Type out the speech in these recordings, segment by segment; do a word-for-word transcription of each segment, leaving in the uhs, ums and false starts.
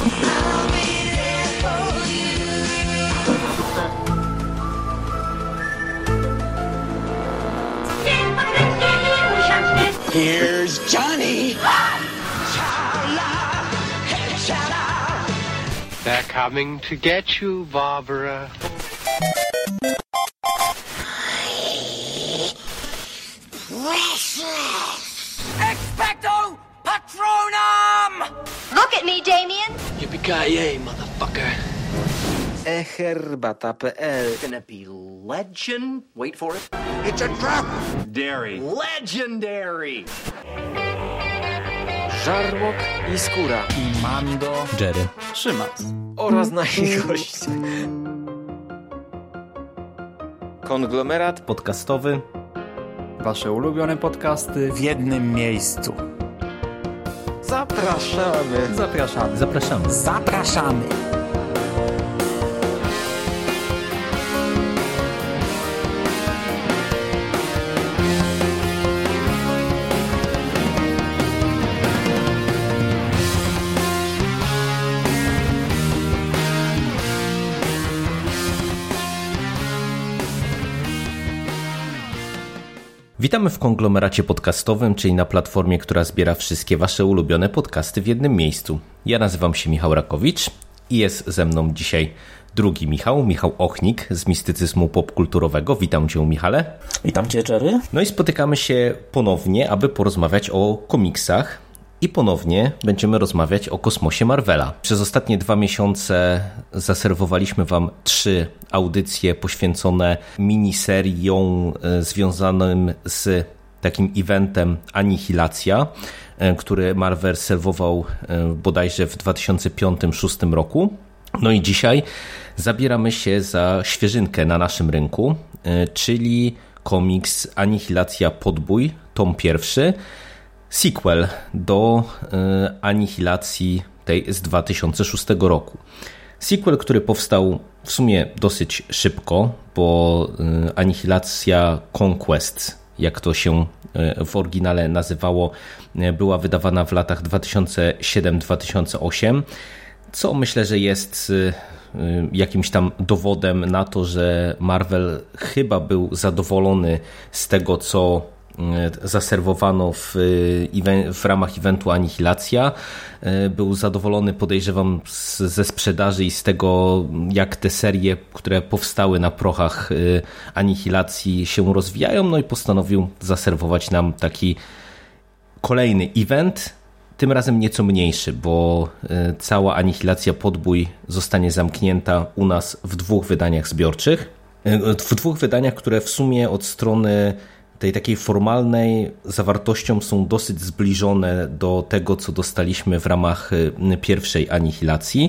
Here's Johnny. They're coming to get you, Barbara. Precious! Expecto Patronum! Look at me, Damien. Yippee-ki-yay, motherfucker. e herbata kropka p l. Gonna be legend. Wait for it. It's a trap. Dairy. Legendary. Żarłok i skóra. I Mando, Jerry, Szymas Oraz nasi goście. Konglomerat podcastowy. Wasze ulubione podcasty w jednym miejscu. Zapraszamy. Zapraszamy. Zapraszamy. Zapraszamy. Witamy w konglomeracie podcastowym, czyli na platformie, która zbiera wszystkie wasze ulubione podcasty w jednym miejscu. Ja nazywam się Michał Rakowicz i jest ze mną dzisiaj drugi Michał, Michał Ochnik z mistycyzmu popkulturowego. Witam cię, Michale. Witam cię, Jerry. No i spotykamy się ponownie, aby porozmawiać o komiksach. I ponownie będziemy rozmawiać o kosmosie Marvela. Przez ostatnie dwa miesiące zaserwowaliśmy wam trzy audycje poświęcone miniseriom związanym z takim eventem Anihilacja, który Marvel serwował bodajże w dwa tysiące piątym do dwa tysiące szóstym roku. No i dzisiaj zabieramy się za świeżynkę na naszym rynku, czyli komiks Anihilacja Podbój, tom pierwszy, sequel do y, Anihilacji tej z dwa tysiące szóstego roku. Sequel, który powstał w sumie dosyć szybko, bo y, Anihilacja Conquest, jak to się y, w oryginale nazywało, y, była wydawana w latach dwa tysiące siódmy do dwa tysiące ósmego, co myślę, że jest y, y, jakimś tam dowodem na to, że Marvel chyba był zadowolony z tego, co zaserwowano w, w ramach eventu Anihilacja. Był zadowolony, podejrzewam, z, ze sprzedaży i z tego, jak te serie, które powstały na prochach Anihilacji, się rozwijają, no i postanowił zaserwować nam taki kolejny event, tym razem nieco mniejszy, bo cała Anihilacja Podbój zostanie zamknięta u nas w dwóch wydaniach zbiorczych. W dwóch wydaniach, które w sumie od strony tej takiej formalnej zawartością są dosyć zbliżone do tego, co dostaliśmy w ramach pierwszej Anihilacji.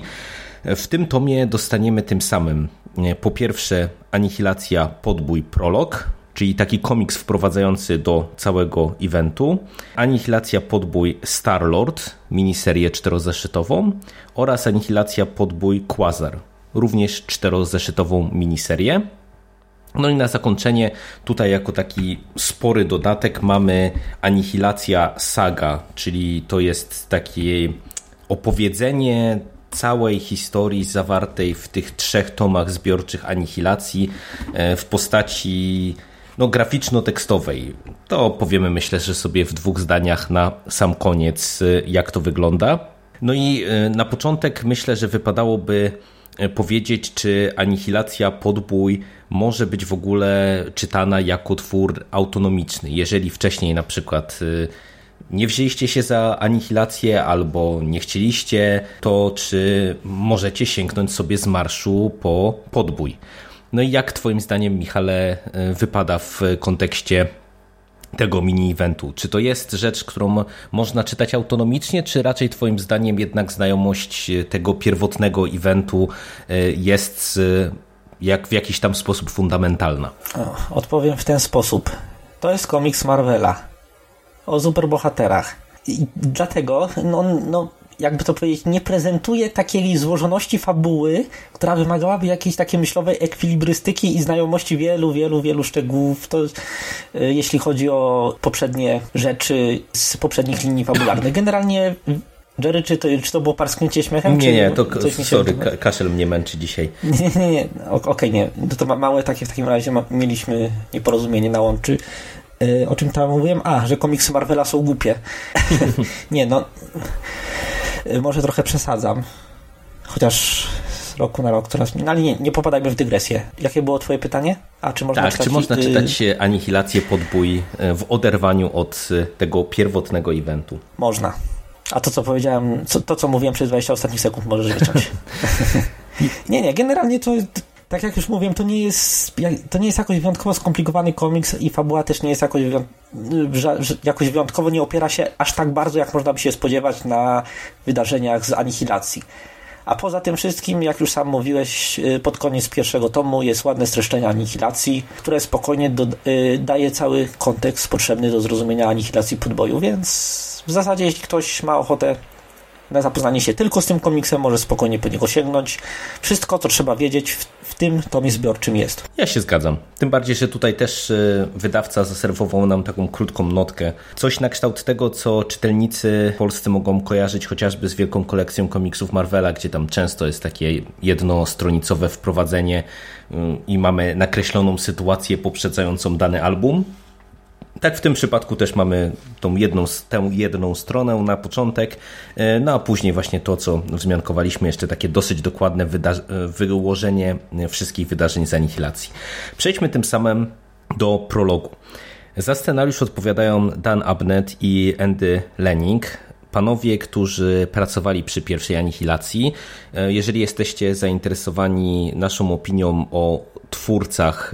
W tym tomie dostaniemy tym samym po pierwsze Anihilacja Podbój Prolog, czyli taki komiks wprowadzający do całego eventu, Anihilacja Podbój Star-Lord, miniserię czterozeszytową oraz Anihilacja Podbój Quasar, również czterozeszytową miniserię. No i na zakończenie tutaj jako taki spory dodatek mamy Anihilacja Saga, czyli to jest takie opowiedzenie całej historii zawartej w tych trzech tomach zbiorczych Anihilacji w postaci no, graficzno-tekstowej. To powiemy, myślę, że sobie w dwóch zdaniach na sam koniec, jak to wygląda. No i na początek myślę, że wypadałoby powiedzieć, czy Anihilacja Podbój może być w ogóle czytana jako twór autonomiczny. Jeżeli wcześniej na przykład nie wzięliście się za Anihilację albo nie chcieliście, to czy możecie sięgnąć sobie z marszu po Podbój. No i jak twoim zdaniem, Michale, wypada w kontekście tego mini-eventu? Czy to jest rzecz, którą można czytać autonomicznie, czy raczej twoim zdaniem jednak znajomość tego pierwotnego eventu jest jak w jakiś tam sposób fundamentalna? O, odpowiem w ten sposób. To jest komiks Marvela o superbohaterach. I dlatego, no, no jakby to powiedzieć, nie prezentuje takiej złożoności fabuły, która wymagałaby jakiejś takiej myślowej ekwilibrystyki i znajomości wielu, wielu, wielu szczegółów. To y, jeśli chodzi o poprzednie rzeczy z poprzednich linii fabularnych. Generalnie Jerry, czy to, czy to było parsknięcie śmiechem? Nie, nie, to coś mi się sorry, ka- kaszel mnie męczy dzisiaj. Nie, nie, nie, okej, okay, nie. To, to małe takie w takim razie ma, mieliśmy nieporozumienie na łączy. Yy, o czym tam mówiłem? A, że komiksy Marvela są głupie. Nie, no yy, może trochę przesadzam. Chociaż z roku na rok coraz... No ale nie, nie popadajmy w dygresję. Jakie było twoje pytanie? A czy można tak, czytać... czy można czytać yy... Anihilację, Podbój w oderwaniu od tego pierwotnego eventu? Można. A to, co powiedziałem, co, to, co mówiłem przez dwadzieścia ostatnich sekund, możesz wyciąć. nie, nie, generalnie to, tak jak już mówiłem, to nie jest, to nie jest jakoś wyjątkowo skomplikowany komiks i fabuła też nie jest jakoś, jakoś wyjątkowo nie opiera się aż tak bardzo, jak można by się spodziewać na wydarzeniach z Anihilacji. A poza tym wszystkim, jak już sam mówiłeś, pod koniec pierwszego tomu jest ładne streszczenie Anihilacji, które spokojnie do, daje cały kontekst potrzebny do zrozumienia Anihilacji Podboju, więc w zasadzie jeśli ktoś ma ochotę na zapoznanie się tylko z tym komiksem, może spokojnie po niego sięgnąć. Wszystko, co trzeba wiedzieć w, w tym tomie zbiorczym jest. Ja się zgadzam. Tym bardziej, że tutaj też wydawca zaserwował nam taką krótką notkę. Coś na kształt tego, co czytelnicy polscy mogą kojarzyć chociażby z wielką kolekcją komiksów Marvela, gdzie tam często jest takie jednostronicowe wprowadzenie i mamy nakreśloną sytuację poprzedzającą dany album. Tak w tym przypadku też mamy tą jedną, tę jedną stronę na początek, no a później właśnie to, co wzmiankowaliśmy, jeszcze takie dosyć dokładne wyda- wyłożenie wszystkich wydarzeń z Anihilacji. Przejdźmy tym samym do prologu. Za scenariusz odpowiadają Dan Abnett i Andy Lanning, panowie, którzy pracowali przy pierwszej Anihilacji. Jeżeli jesteście zainteresowani naszą opinią o twórcach,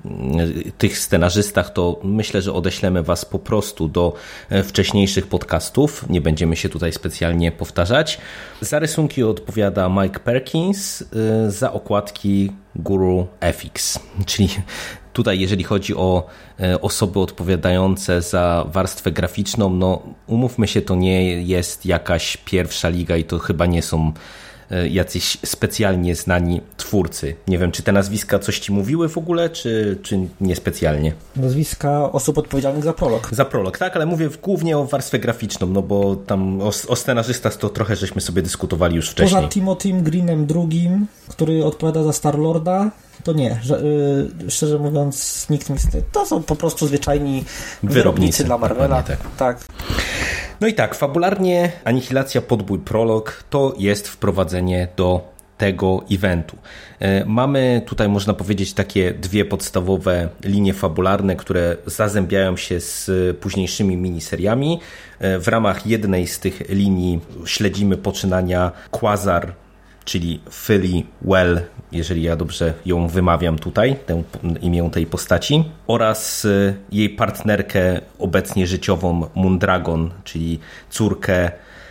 tych scenarzystach, to myślę, że odeślemy was po prostu do wcześniejszych podcastów. Nie będziemy się tutaj specjalnie powtarzać. Za rysunki odpowiada Mike Perkins, za okładki Guru F X, czyli tutaj jeżeli chodzi o osoby odpowiadające za warstwę graficzną, no umówmy się, to nie jest jakaś pierwsza liga i to chyba nie są jacyś specjalnie znani twórcy. Nie wiem, czy te nazwiska coś ci mówiły w ogóle, czy, czy niespecjalnie? Nazwiska osób odpowiedzialnych za prolog. Za prolog, tak, ale mówię głównie o warstwę graficzną, no bo tam o, o scenarzystach to trochę żeśmy sobie dyskutowali już wcześniej. Poza Timothym Greenem drugim, który odpowiada za Star-Lorda, to nie. Że, yy, szczerze mówiąc, nikt mi... To są po prostu zwyczajni wyrobnicy, wyrobnicy dla Marvela. Tak. tak. No i tak, fabularnie Anihilacja, Podbój, Prolog to jest wprowadzenie do tego eventu. Mamy tutaj, można powiedzieć, takie dwie podstawowe linie fabularne, które zazębiają się z późniejszymi miniseriami. W ramach jednej z tych linii śledzimy poczynania Quasar, czyli Philly Well, jeżeli ja dobrze ją wymawiam tutaj, tę, imię tej postaci, oraz jej partnerkę obecnie życiową Moondragon, czyli córkę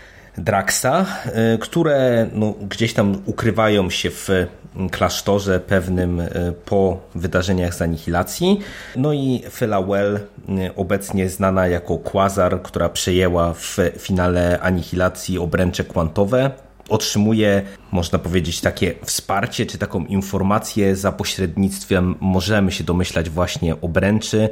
Draxa, które no, gdzieś tam ukrywają się w klasztorze pewnym po wydarzeniach z Anihilacji. No i Phila Well, obecnie znana jako Quasar, która przejęła w finale Anihilacji obręcze kwantowe, otrzymuje, można powiedzieć, takie wsparcie, czy taką informację za pośrednictwem, możemy się domyślać, właśnie obręczy,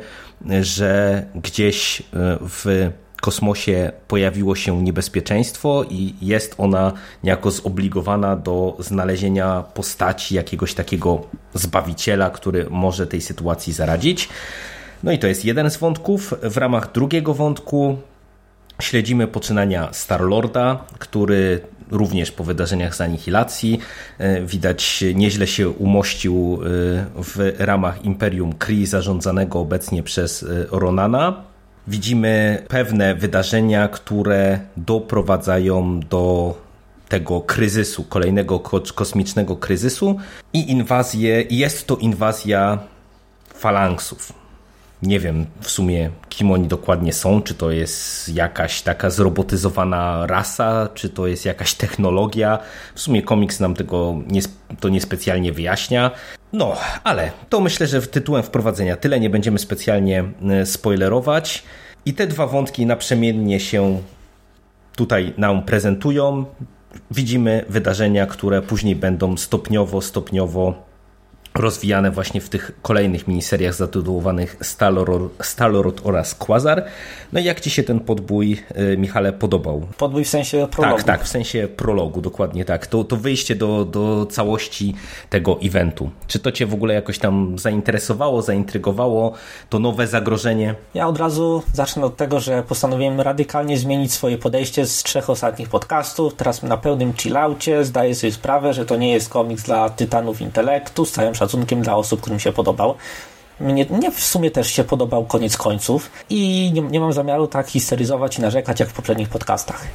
że gdzieś w kosmosie pojawiło się niebezpieczeństwo i jest ona niejako zobligowana do znalezienia postaci jakiegoś takiego zbawiciela, który może tej sytuacji zaradzić. No i to jest jeden z wątków. W ramach drugiego wątku śledzimy poczynania Star-Lorda, który również po wydarzeniach z Anihilacji widać nieźle się umościł w ramach Imperium Kree zarządzanego obecnie przez Ronana. Widzimy pewne wydarzenia, które doprowadzają do tego kryzysu, kolejnego kosmicznego kryzysu i inwazję, i jest to inwazja falanksów. Nie wiem w sumie, kim oni dokładnie są, czy to jest jakaś taka zrobotyzowana rasa, czy to jest jakaś technologia. W sumie komiks nam tego nie, to niespecjalnie wyjaśnia. No, ale to myślę, że tytułem wprowadzenia tyle, nie będziemy specjalnie spoilerować. I te dwa wątki naprzemiennie się tutaj nam prezentują. Widzimy wydarzenia, które później będą stopniowo, stopniowo rozwijane właśnie w tych kolejnych miniseriach zatytułowanych Star-Lord, Star-Lord oraz Quasar. No i jak ci się ten podbój, Michale, podobał? Podbój w sensie prologu. Tak, tak, w sensie prologu, dokładnie tak. To, to wyjście do, do całości tego eventu. Czy to cię w ogóle jakoś tam zainteresowało, zaintrygowało, to nowe zagrożenie? Ja od razu zacznę od tego, że postanowiłem radykalnie zmienić swoje podejście z trzech ostatnich podcastów. Teraz na pełnym chillaucie, zdaję sobie sprawę, że to nie jest komiks dla tytanów intelektu, z całym szacunkiem dla osób, którym się podobał. Mnie, mnie w sumie też się podobał koniec końców i nie, nie mam zamiaru tak histeryzować i narzekać jak w poprzednich podcastach.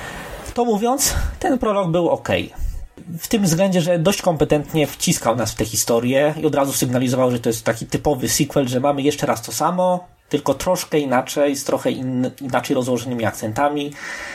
To mówiąc, ten prolog był ok. W tym względzie, że dość kompetentnie wciskał nas w tę historię i od razu sygnalizował, że to jest taki typowy sequel, że mamy jeszcze raz to samo, tylko troszkę inaczej, z trochę in, inaczej rozłożonymi akcentami.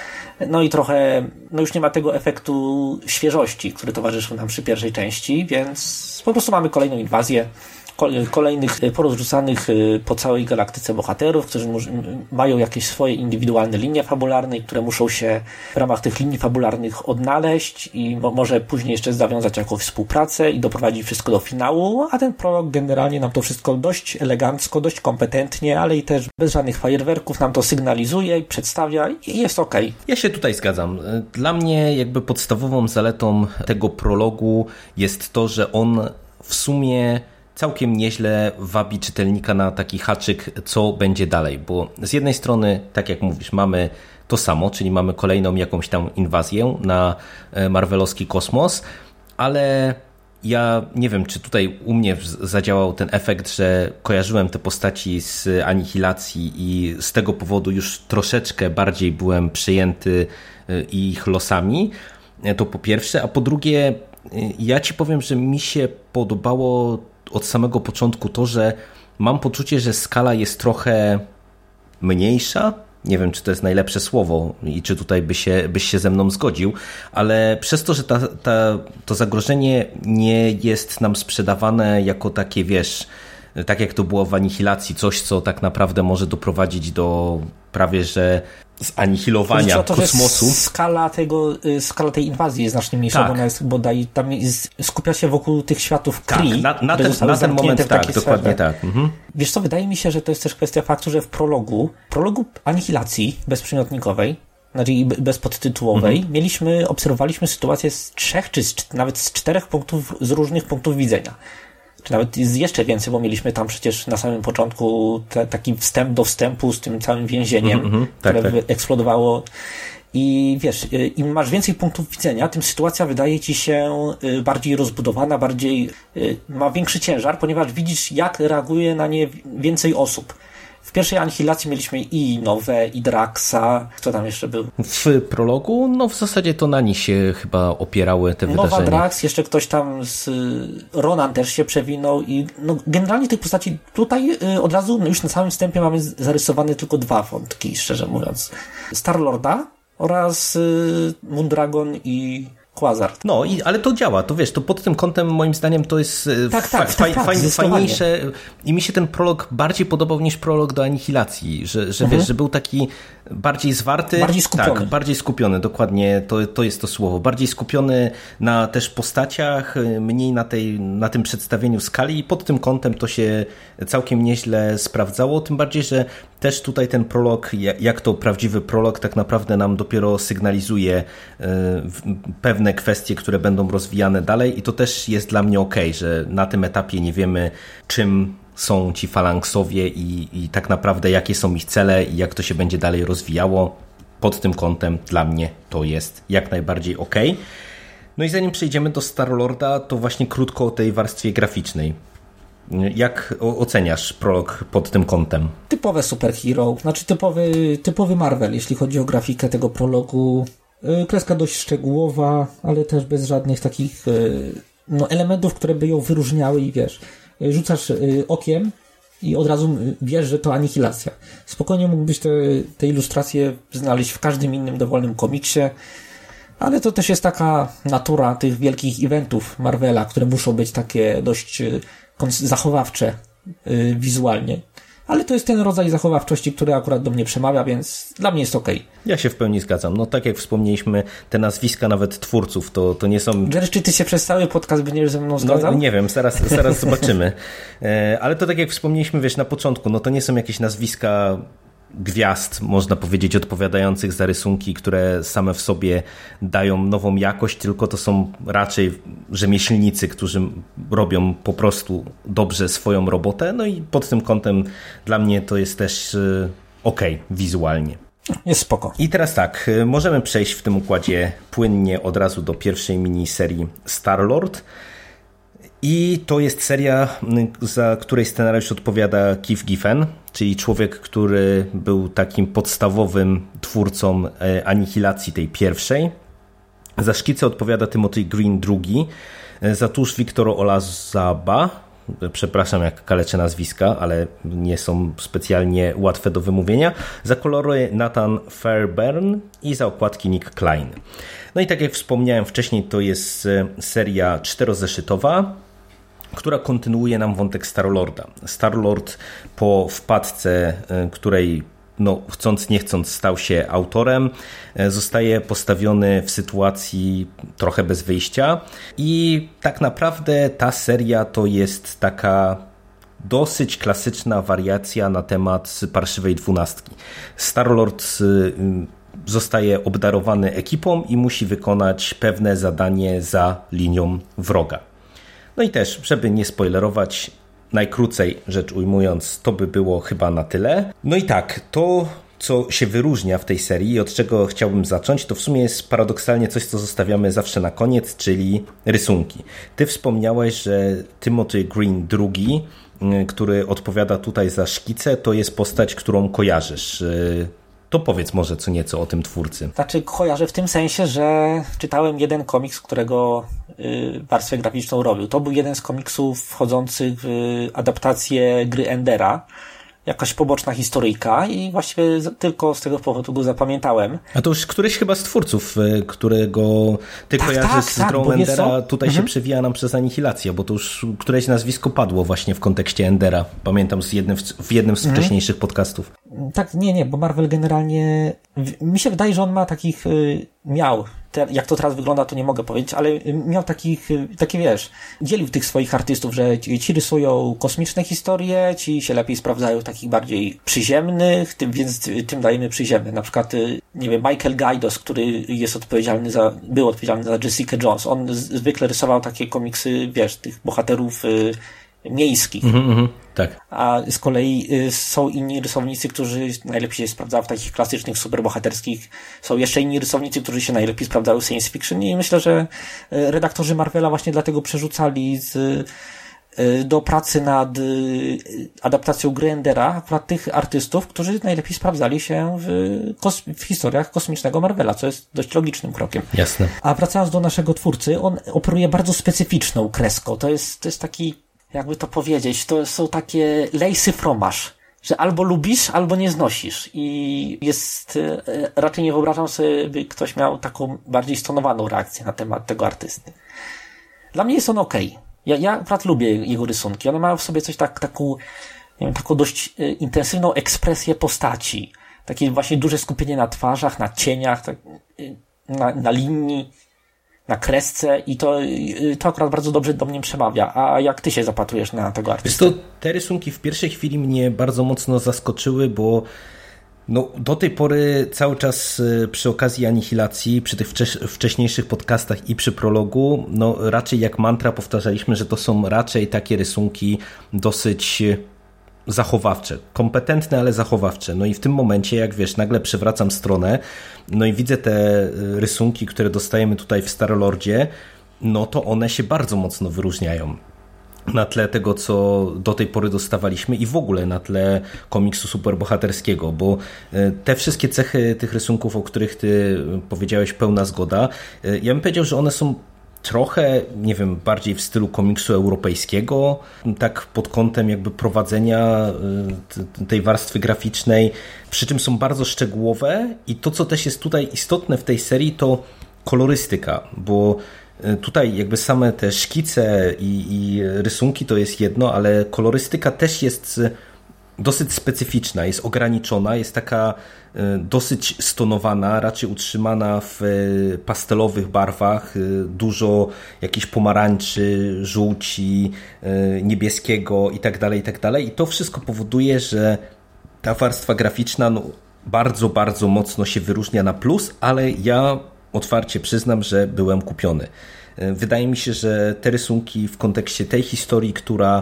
No i trochę, no już nie ma tego efektu świeżości, który towarzyszył nam przy pierwszej części, więc po prostu mamy kolejną inwazję kolejnych porozrzucanych po całej galaktyce bohaterów, którzy mają jakieś swoje indywidualne linie fabularne, które muszą się w ramach tych linii fabularnych odnaleźć i mo- może później jeszcze zawiązać jakąś współpracę i doprowadzić wszystko do finału, a ten prolog generalnie nam to wszystko dość elegancko, dość kompetentnie, ale i też bez żadnych fajerwerków nam to sygnalizuje i przedstawia i jest okej. Okay. Ja się tutaj zgadzam. Dla mnie jakby podstawową zaletą tego prologu jest to, że on w sumie całkiem nieźle wabi czytelnika na taki haczyk, co będzie dalej, bo z jednej strony, tak jak mówisz, mamy to samo, czyli mamy kolejną jakąś tam inwazję na marvelowski kosmos, ale ja nie wiem, czy tutaj u mnie zadziałał ten efekt, że kojarzyłem te postaci z Anihilacji i z tego powodu już troszeczkę bardziej byłem przejęty ich losami, to po pierwsze, a po drugie, ja ci powiem, że mi się podobało od samego początku to, że mam poczucie, że skala jest trochę mniejsza. Nie wiem, czy to jest najlepsze słowo i czy tutaj by się, byś się ze mną zgodził, ale przez to, że ta, ta, to zagrożenie nie jest nam sprzedawane jako takie, wiesz, tak jak to było w Anihilacji, coś, co tak naprawdę może doprowadzić do prawie, że zanihilowania to, kosmosu. Skala tego, skala tej inwazji jest znacznie mniejsza, tak. bo ona jest bodaj tam jest, skupia się wokół tych światów Kree. Tak, na, na, ten, na ten moment tak, dokładnie tak. Mhm. Wiesz co, wydaje mi się, że to jest też kwestia faktu, że w prologu, prologu Anihilacji bezprzymiotnikowej, znaczy bez podtytułowej, mhm. mieliśmy, obserwowaliśmy sytuację z trzech, czy z, nawet z czterech punktów, z różnych punktów widzenia. Czy nawet jest jeszcze więcej, bo mieliśmy tam przecież na samym początku te, taki wstęp do wstępu z tym całym więzieniem, mm-hmm, które tak, tak. eksplodowało. I wiesz, im masz więcej punktów widzenia, tym sytuacja wydaje ci się bardziej rozbudowana, bardziej ma większy ciężar, ponieważ widzisz, jak reaguje na nie więcej osób. W pierwszej Anihilacji mieliśmy i Nowę, i Draxa. Kto tam jeszcze był? W prologu? No w zasadzie to na nich się chyba opierały te Nowa, wydarzenia. Nowa, Drax, jeszcze ktoś tam z Ronan też się przewinął i no, generalnie tych postaci tutaj y, od razu no już na samym wstępie mamy zarysowane tylko dwa wątki, szczerze mówiąc. Star-Lorda oraz y, Moondragon i Quasar. No, i, ale to działa, to wiesz, to pod tym kątem moim zdaniem to jest tak, tak, fa- tak, tak, faj- fajniejsze i mi się ten prolog bardziej podobał niż prolog do Anihilacji, że, że mhm. wiesz, że był taki bardziej zwarty. Bardziej skupiony. Tak, bardziej skupiony, dokładnie, to, to jest to słowo. Bardziej skupiony na też postaciach, mniej na, tej, na tym przedstawieniu skali i pod tym kątem to się całkiem nieźle sprawdzało, tym bardziej, że też tutaj ten prolog, jak to prawdziwy prolog, tak naprawdę nam dopiero sygnalizuje pewne kwestie, które będą rozwijane dalej i to też jest dla mnie okej, że na tym etapie nie wiemy, czym są ci falangsowie i, i tak naprawdę jakie są ich cele i jak to się będzie dalej rozwijało. Pod tym kątem dla mnie to jest jak najbardziej okej. No i zanim przejdziemy do Star-Lorda, to właśnie krótko o tej warstwie graficznej. Jak oceniasz prolog pod tym kątem? Typowe superhero, znaczy typowy, typowy Marvel, jeśli chodzi o grafikę tego prologu. Kreska dość szczegółowa, ale też bez żadnych takich no, elementów, które by ją wyróżniały i wiesz, rzucasz okiem i od razu wiesz, że to Anihilacja. Spokojnie mógłbyś te, te ilustracje znaleźć w każdym innym dowolnym komiksie, ale to też jest taka natura tych wielkich eventów Marvela, które muszą być takie dość zachowawcze wizualnie. ale to jest ten rodzaj zachowawczości, który akurat do mnie przemawia, więc dla mnie jest okej. Ja się w pełni zgadzam. No tak jak wspomnieliśmy, te nazwiska nawet twórców, to, to nie są... Jerry, czy ty się przez cały podcast będziesz ze mną zgadzał? No nie wiem, zaraz, zaraz zobaczymy. E, ale to tak jak wspomnieliśmy, wiesz, na początku, no to nie są jakieś nazwiska gwiazd, można powiedzieć, odpowiadających za rysunki, które same w sobie dają nową jakość, tylko to są raczej rzemieślnicy, którzy robią po prostu dobrze swoją robotę, no i pod tym kątem dla mnie to jest też okej, okay, wizualnie. Jest spoko. I teraz tak, możemy przejść w tym układzie płynnie od razu do pierwszej miniserii Star-Lord. I to jest seria, za której scenariusz odpowiada Keith Giffen, czyli człowiek, który był takim podstawowym twórcą Anihilacji tej pierwszej. Za szkice odpowiada Timothy Green drugi, za tusz Victor Olazaba. Przepraszam, jak kaleczę nazwiska, ale nie są specjalnie łatwe do wymówienia. Za kolory Nathan Fairbairn i za okładki Nick Klein. No i tak jak wspomniałem wcześniej, to jest seria czterozeszytowa, która kontynuuje nam wątek Star-Lorda. Star-Lord po wpadce, której no, chcąc nie chcąc stał się autorem, zostaje postawiony w sytuacji trochę bez wyjścia i tak naprawdę ta seria to jest taka dosyć klasyczna wariacja na temat Parszywej Dwunastki. Star-Lord zostaje obdarowany ekipą i musi wykonać pewne zadanie za linią wroga. No i też, żeby nie spoilerować, najkrócej rzecz ujmując, to by było chyba na tyle. No i tak, to co się wyróżnia w tej serii i od czego chciałbym zacząć, to w sumie jest paradoksalnie coś, co zostawiamy zawsze na koniec, czyli rysunki. Ty wspomniałeś, że Timothy Green drugi, który odpowiada tutaj za szkice, to jest postać, którą kojarzysz. To powiedz może co nieco o tym twórcy. Znaczy kojarzę w tym sensie, że czytałem jeden komiks, którego y, warstwę graficzną robił. To był jeden z komiksów wchodzących w adaptację gry Endera. Jakaś poboczna historyjka i właściwie tylko z tego powodu go zapamiętałem. A to już któryś chyba z twórców, którego ty tak, kojarzysz tak, z tak, grą Endera, tutaj mhm. się przewija nam przez Anihilację, bo to już któreś nazwisko padło właśnie w kontekście Endera. Pamiętam z jednym, w jednym z mhm. wcześniejszych podcastów. Tak, nie, nie, bo Marvel generalnie mi się wydaje, że on ma takich miał, te, jak to teraz wygląda, to nie mogę powiedzieć, ale miał takich, takie wiesz, dzielił tych swoich artystów, że ci, ci rysują kosmiczne historie, ci się lepiej sprawdzają takich bardziej przyziemnych, tym, więc tym dajemy przyziemne. Na przykład, nie wiem, Michael Gaidos, który jest odpowiedzialny za, był odpowiedzialny za Jessica Jones, on zwykle rysował takie komiksy, wiesz, tych bohaterów y, miejskich. Mm-hmm, mm-hmm, tak. A z kolei y, są inni rysownicy, którzy najlepiej się sprawdzają w takich klasycznych, superbohaterskich. Są jeszcze inni rysownicy, którzy się najlepiej sprawdzają w science fiction i myślę, że y, redaktorzy Marvela właśnie dlatego przerzucali z, y, do pracy nad y, adaptacją gry Endera akurat tych artystów, którzy najlepiej sprawdzali się w, kos- w historiach kosmicznego Marvela, co jest dość logicznym krokiem. Jasne. A wracając do naszego twórcy, on operuje bardzo specyficzną kreską. To jest, to jest taki, jakby to powiedzieć, to są takie lejsy fromaż, że albo lubisz, albo nie znosisz. I jest, raczej nie wyobrażam sobie, by ktoś miał taką bardziej stonowaną reakcję na temat tego artysty. Dla mnie jest on okej. Okay. Ja, ja akurat lubię jego rysunki. One mają w sobie coś tak, taką, nie wiem, taką dość intensywną ekspresję postaci. Takie właśnie duże skupienie na twarzach, na cieniach, tak, na, na linii, na kresce i to, to akurat bardzo dobrze do mnie przemawia. A jak ty się zapatrujesz na tego artystę? Wiesz, to te rysunki w pierwszej chwili mnie bardzo mocno zaskoczyły, bo no, do tej pory cały czas przy okazji Anihilacji, przy tych wcześniejszych podcastach i przy prologu, no raczej jak mantra powtarzaliśmy, że to są raczej takie rysunki dosyć zachowawcze, kompetentne, ale zachowawcze. No i w tym momencie, jak wiesz, nagle przewracam stronę, no i widzę te rysunki, które dostajemy tutaj w Star-Lordzie, no to one się bardzo mocno wyróżniają na tle tego, co do tej pory dostawaliśmy i w ogóle na tle komiksu superbohaterskiego, bo te wszystkie cechy tych rysunków, o których ty powiedziałeś, pełna zgoda, ja bym powiedział, że one są trochę, nie wiem, bardziej w stylu komiksu europejskiego, tak pod kątem jakby prowadzenia tej warstwy graficznej, przy czym są bardzo szczegółowe i to, co też jest tutaj istotne w tej serii, to kolorystyka, bo tutaj jakby same te szkice i, i rysunki to jest jedno, ale kolorystyka też jest dosyć specyficzna, jest ograniczona, jest taka dosyć stonowana, raczej utrzymana w pastelowych barwach, dużo jakichś pomarańczy, żółci, niebieskiego i tak dalej, i tak dalej. I to wszystko powoduje, że ta warstwa graficzna no, bardzo, bardzo mocno się wyróżnia na plus, ale ja otwarcie przyznam, że byłem kupiony. Wydaje mi się, że te rysunki w kontekście tej historii, która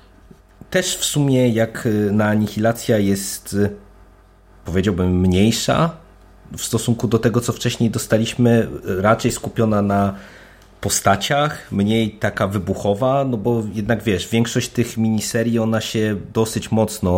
też w sumie jak na Anihilacja jest, powiedziałbym, mniejsza w stosunku do tego, co wcześniej dostaliśmy, raczej skupiona na postaciach, mniej taka wybuchowa, no bo jednak wiesz, większość tych miniserii ona się dosyć mocno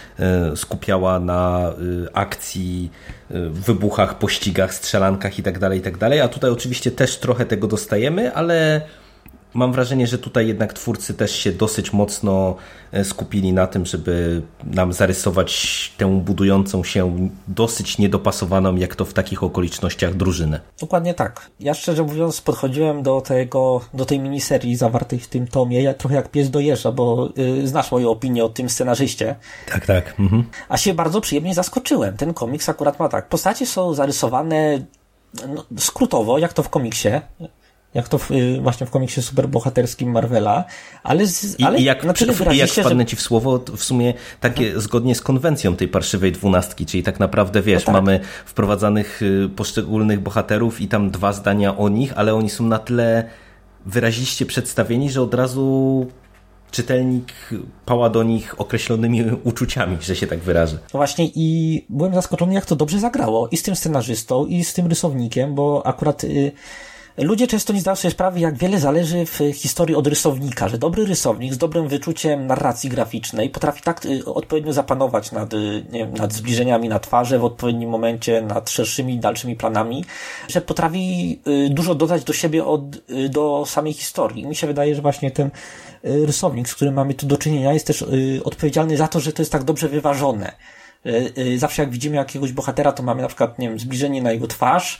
skupiała na akcji, wybuchach, pościgach, strzelankach i tak dalej, i tak dalej, a tutaj oczywiście też trochę tego dostajemy, ale mam wrażenie, że tutaj jednak twórcy też się dosyć mocno skupili na tym, żeby nam zarysować tę budującą się dosyć niedopasowaną, jak to w takich okolicznościach, drużynę. Dokładnie tak. Ja szczerze mówiąc podchodziłem do tego, do tej miniserii zawartej w tym tomie, ja trochę jak pies do jeża, bo yy, znasz moją opinię o tym scenarzyście. Tak, tak. Mhm. A się bardzo przyjemnie zaskoczyłem. Ten komiks akurat ma tak. Postacie są zarysowane no, skrótowo, jak to w komiksie. Jak to w, właśnie w komiksie superbohaterskim Marvela, ale, z, I, ale i jak, na tyle i jak wpadnę że... ci w słowo, w sumie takie mhm. zgodnie z konwencją tej parszywej dwunastki, czyli tak naprawdę wiesz, no tak. mamy wprowadzanych poszczególnych bohaterów i tam dwa zdania o nich, ale oni są na tyle wyraziście przedstawieni, że od razu czytelnik pała do nich określonymi uczuciami, że się tak wyrażę. No właśnie i byłem zaskoczony, jak to dobrze zagrało i z tym scenarzystą, i z tym rysownikiem, bo akurat... Y- Ludzie często nie zdają sobie sprawy, jak wiele zależy w historii od rysownika, że dobry rysownik z dobrym wyczuciem narracji graficznej potrafi tak y, odpowiednio zapanować nad, y, nie wiem, nad zbliżeniami na twarze w odpowiednim momencie, nad szerszymi, dalszymi planami, że potrafi y, dużo dodać do siebie od, y, do samej historii. Mi się wydaje, że właśnie ten y, rysownik, z którym mamy tu do czynienia, jest też y, odpowiedzialny za to, że to jest tak dobrze wyważone. Y, y, zawsze jak widzimy jakiegoś bohatera, to mamy na przykład, nie wiem, zbliżenie na jego twarz,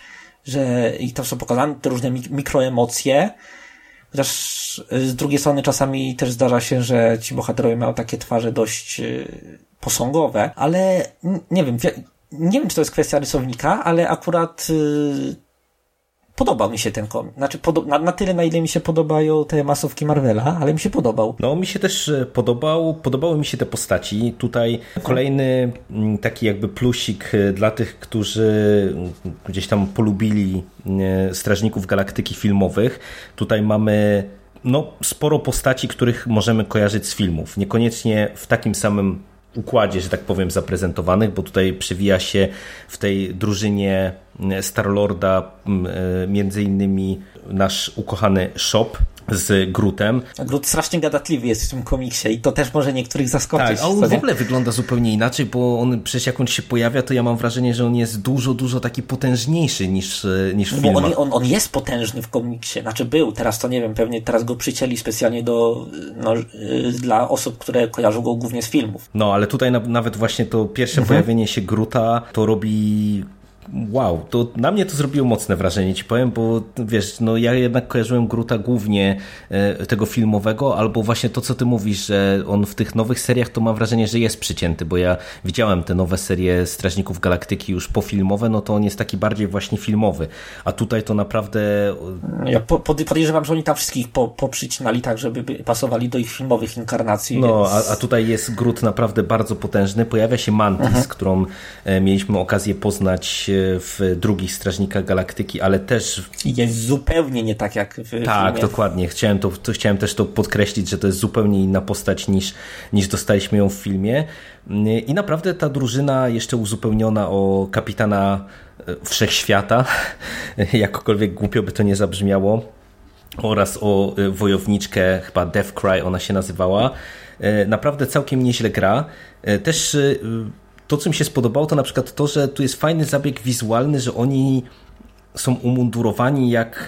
że i tam są pokazane te różne mikroemocje, chociaż z drugiej strony czasami też zdarza się, że ci bohaterowie mają takie twarze dość posągowe, ale nie wiem, nie wiem, czy to jest kwestia rysownika, ale akurat podobał mi się ten komiks. Znaczy, podo- na, na tyle, na ile mi się podobają te masówki Marvela, ale mi się podobał. No, mi się też podobał, podobały mi się te postaci. Tutaj kolejny taki jakby plusik dla tych, którzy gdzieś tam polubili Strażników Galaktyki filmowych. Tutaj mamy no, sporo postaci, których możemy kojarzyć z filmów. Niekoniecznie w takim samym układzie, że tak powiem, zaprezentowanych, bo tutaj przewija się w tej drużynie Star-Lorda między innymi nasz ukochany Shop z Grootem. Groot strasznie gadatliwy jest w tym komiksie i to też może niektórych zaskoczyć. Tak, a on w ogóle wygląda zupełnie inaczej, bo on przecież jak on się pojawia, to ja mam wrażenie, że on jest dużo, dużo taki potężniejszy niż, niż w filmach. Bo on, on, on jest potężny w komiksie, znaczy był, teraz to nie wiem, pewnie teraz go przycięli specjalnie do, no, dla osób, które kojarzą go głównie z filmów. No, ale tutaj na, nawet właśnie to pierwsze mhm. pojawienie się Groota to robi... Wow, to na mnie to zrobiło mocne wrażenie, ci powiem, bo wiesz, no ja jednak kojarzyłem Groota głównie e, tego filmowego, albo właśnie to, co ty mówisz, że on w tych nowych seriach to mam wrażenie, że jest przycięty, bo ja widziałem te nowe serie Strażników Galaktyki już pofilmowe, no to on jest taki bardziej właśnie filmowy, a tutaj to naprawdę... Ja po, podejrzewam, że oni tam wszystkich po, poprzycinali tak, żeby pasowali do ich filmowych inkarnacji. No, więc... a, a tutaj jest Groot naprawdę bardzo potężny, pojawia się Mantis, mhm. którą e, mieliśmy okazję poznać w drugich Strażnikach Galaktyki, ale też... Jest zupełnie nie tak jak w filmie. Tak, dokładnie. Chciałem, to, to, chciałem też to podkreślić, że to jest zupełnie inna postać niż, niż dostaliśmy ją w filmie. I naprawdę ta drużyna jeszcze uzupełniona o kapitana Wszechświata, jakkolwiek głupio by to nie zabrzmiało, oraz o wojowniczkę, chyba Deathcry ona się nazywała. Naprawdę całkiem nieźle gra. Też to, co mi się spodobało, to na przykład to, że tu jest fajny zabieg wizualny, że oni są umundurowani jak,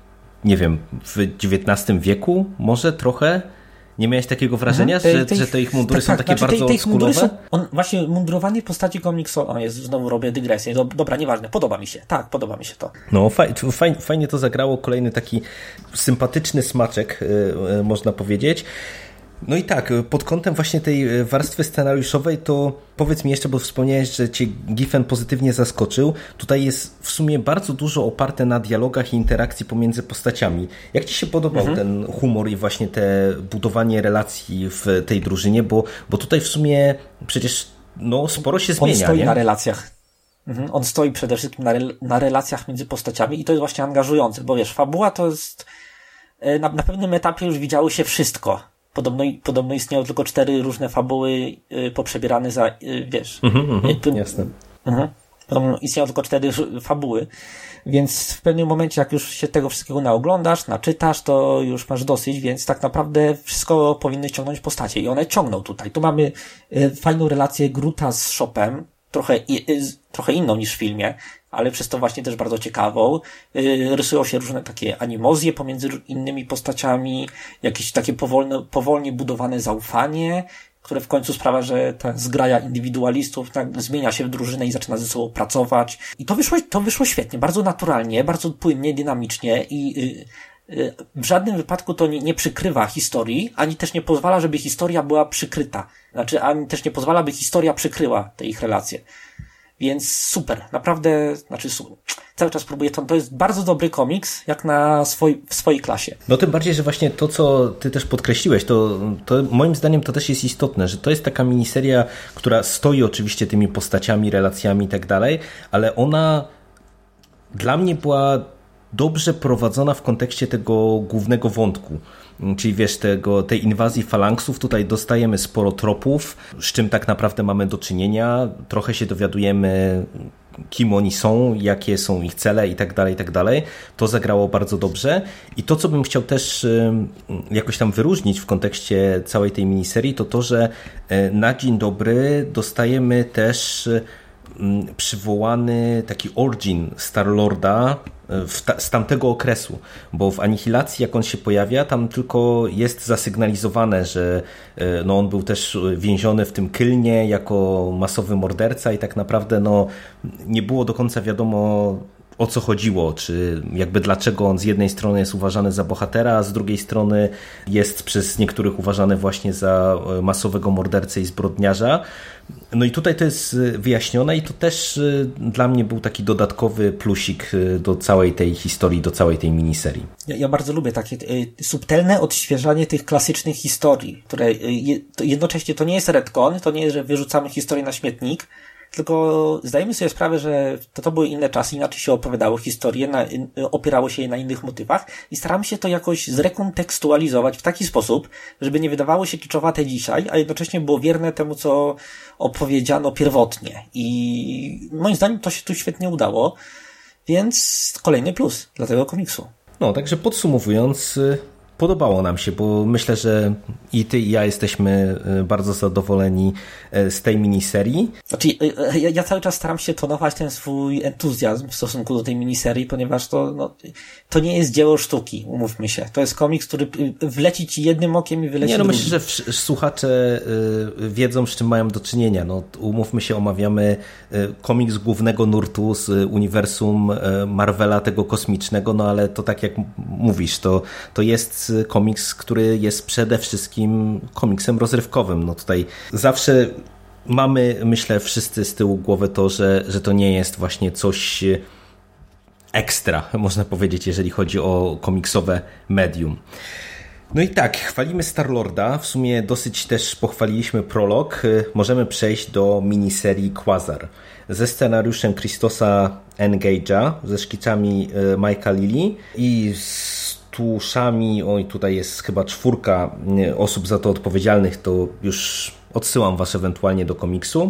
nie wiem, w dziewiętnastym wieku, może trochę? Nie miałeś takiego wrażenia, mhm. że, te, że te ich mundury tak, są takie znaczy, bardzo oldschoolowe? Właśnie mundurowanie postaci komiksu, o jest, znowu robię dygresję, dobra, nieważne, podoba mi się, tak, podoba mi się to. No, faj, faj, fajnie to zagrało, kolejny taki sympatyczny smaczek, yy, można powiedzieć. No i tak, pod kątem właśnie tej warstwy scenariuszowej, to powiedz mi jeszcze, bo wspomniałeś, że cię Giffen pozytywnie zaskoczył. Tutaj jest w sumie bardzo dużo oparte na dialogach i interakcji pomiędzy postaciami. Jak ci się podobał mhm. ten humor i właśnie te budowanie relacji w tej drużynie? Bo, bo tutaj w sumie przecież no, sporo się zmienia. On stoi nie? na relacjach. Mhm. On stoi przede wszystkim na, re- na relacjach między postaciami i to jest właśnie angażujące, bo wiesz, fabuła to jest... Na, na pewnym etapie już widziało się wszystko. Podobno, podobno istniały tylko cztery różne fabuły y, poprzebierane za, y, wiesz... Mhm, mhm, y, jasne. Mhm. Podobno istniały tylko cztery fabuły, więc w pewnym momencie, jak już się tego wszystkiego naoglądasz, naczytasz, to już masz dosyć, więc tak naprawdę wszystko powinny ciągnąć postacie i one ciągną tutaj. Tu mamy y, fajną relację Groota z Shopem, trochę, i, y, trochę inną niż w filmie, ale przez to właśnie też bardzo ciekawą. Yy, rysują się różne takie animozje pomiędzy innymi postaciami, jakieś takie powolne, powolnie budowane zaufanie, które w końcu sprawia, że ta zgraja indywidualistów tak zmienia się w drużynę i zaczyna ze sobą pracować. I to wyszło, to wyszło świetnie, bardzo naturalnie, bardzo płynnie, dynamicznie i yy, yy, w żadnym wypadku to nie, nie przykrywa historii, ani też nie pozwala, żeby historia była przykryta. Znaczy, ani też nie pozwala, by historia przykryła te ich relacje. Więc super, naprawdę, znaczy super. Cały czas próbuję to, to jest bardzo dobry komiks, jak na swoj, w swojej klasie. No tym bardziej, że właśnie to, co ty też podkreśliłeś, to, to moim zdaniem to też jest istotne, że to jest taka miniseria, która stoi oczywiście tymi postaciami, relacjami i tak dalej, ale ona dla mnie była dobrze prowadzona w kontekście tego głównego wątku. Czyli wiesz, tego, tej inwazji falanksów tutaj dostajemy sporo tropów, z czym tak naprawdę mamy do czynienia. Trochę się dowiadujemy, kim oni są, jakie są ich cele i tak dalej, i tak dalej. To zagrało bardzo dobrze. I to, co bym chciał też jakoś tam wyróżnić w kontekście całej tej miniserii, to to, że na dzień dobry dostajemy też przywołany taki origin Star-Lorda ta, z tamtego okresu, bo w Anihilacji, jak on się pojawia, tam tylko jest zasygnalizowane, że no, on był też więziony w tym Kylnie jako masowy morderca i tak naprawdę no, nie było do końca wiadomo, o co chodziło, czy jakby dlaczego on z jednej strony jest uważany za bohatera, a z drugiej strony jest przez niektórych uważany właśnie za masowego mordercę i zbrodniarza. No i tutaj to jest wyjaśnione i to też dla mnie był taki dodatkowy plusik do całej tej historii, do całej tej miniserii. Ja, ja bardzo lubię takie y, subtelne odświeżanie tych klasycznych historii, które y, to jednocześnie to nie jest retcon, to nie jest, że wyrzucamy historię na śmietnik, tylko zdajemy sobie sprawę, że to, to były inne czasy, inaczej się opowiadało historie, na, opierało się je na innych motywach i staramy się to jakoś zrekontekstualizować w taki sposób, żeby nie wydawało się kiczowate dzisiaj, a jednocześnie było wierne temu, co opowiedziano pierwotnie. I moim zdaniem to się tu świetnie udało, więc kolejny plus dla tego komiksu. No, także podsumowując, podobało nam się, bo myślę, że i ty, i ja jesteśmy bardzo zadowoleni z tej miniserii. Znaczy, ja, ja cały czas staram się tonować ten swój entuzjazm w stosunku do tej miniserii, ponieważ to, no, to nie jest dzieło sztuki, umówmy się. To jest komiks, który wleci ci jednym okiem i wyleci Nie, no drugim. myślę, że słuchacze wiedzą, z czym mają do czynienia. No, umówmy się, omawiamy komiks głównego nurtu z uniwersum Marvela, tego kosmicznego, no ale to tak jak mówisz, to, to jest komiks, który jest przede wszystkim komiksem rozrywkowym. No tutaj zawsze mamy, myślę, wszyscy z tyłu głowy to, że, że to nie jest właśnie coś ekstra, można powiedzieć, jeżeli chodzi o komiksowe medium. No i tak, chwalimy Star-Lorda, w sumie dosyć też pochwaliliśmy prolog. Możemy przejść do miniserii Quasar ze scenariuszem Christosa Engage'a, ze szkicami Mike'a Lilly i z tuszami, oj tutaj jest chyba czwórka osób za to odpowiedzialnych, to już odsyłam was ewentualnie do komiksu.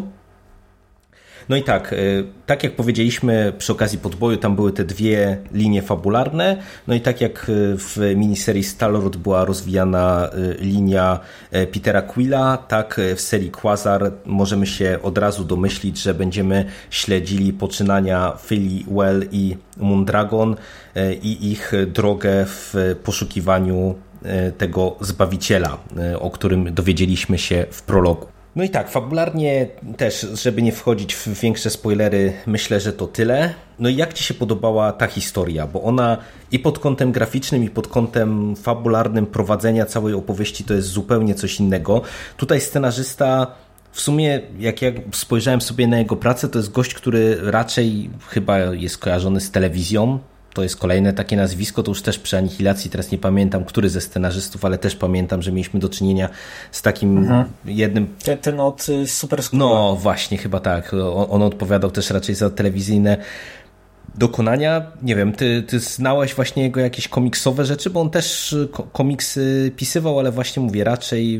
No i tak, tak jak powiedzieliśmy przy okazji Podboju, tam były te dwie linie fabularne, no i tak jak w miniserii Star-Lord była rozwijana linia Petera Quilla, tak w serii Quasar możemy się od razu domyślić, że będziemy śledzili poczynania Philly Well i Moondragon i ich drogę w poszukiwaniu tego Zbawiciela, o którym dowiedzieliśmy się w prologu. No i tak, fabularnie też, żeby nie wchodzić w większe spoilery, myślę, że to tyle. No i jak ci się podobała ta historia? Bo ona i pod kątem graficznym, i pod kątem fabularnym prowadzenia całej opowieści to jest zupełnie coś innego. Tutaj scenarzysta, w sumie jak ja spojrzałem sobie na jego pracę, to jest gość, który raczej chyba jest kojarzony z telewizją. To jest kolejne takie nazwisko, to już też przy Anihilacji, teraz nie pamiętam, który ze scenarzystów, ale też pamiętam, że mieliśmy do czynienia z takim mhm. jednym... Ten, ten od Super Skóra. No właśnie, chyba tak. On, on odpowiadał też raczej za telewizyjne dokonania. Nie wiem, ty, ty znałeś właśnie jego jakieś komiksowe rzeczy, bo on też komiksy pisywał, ale właśnie mówię, raczej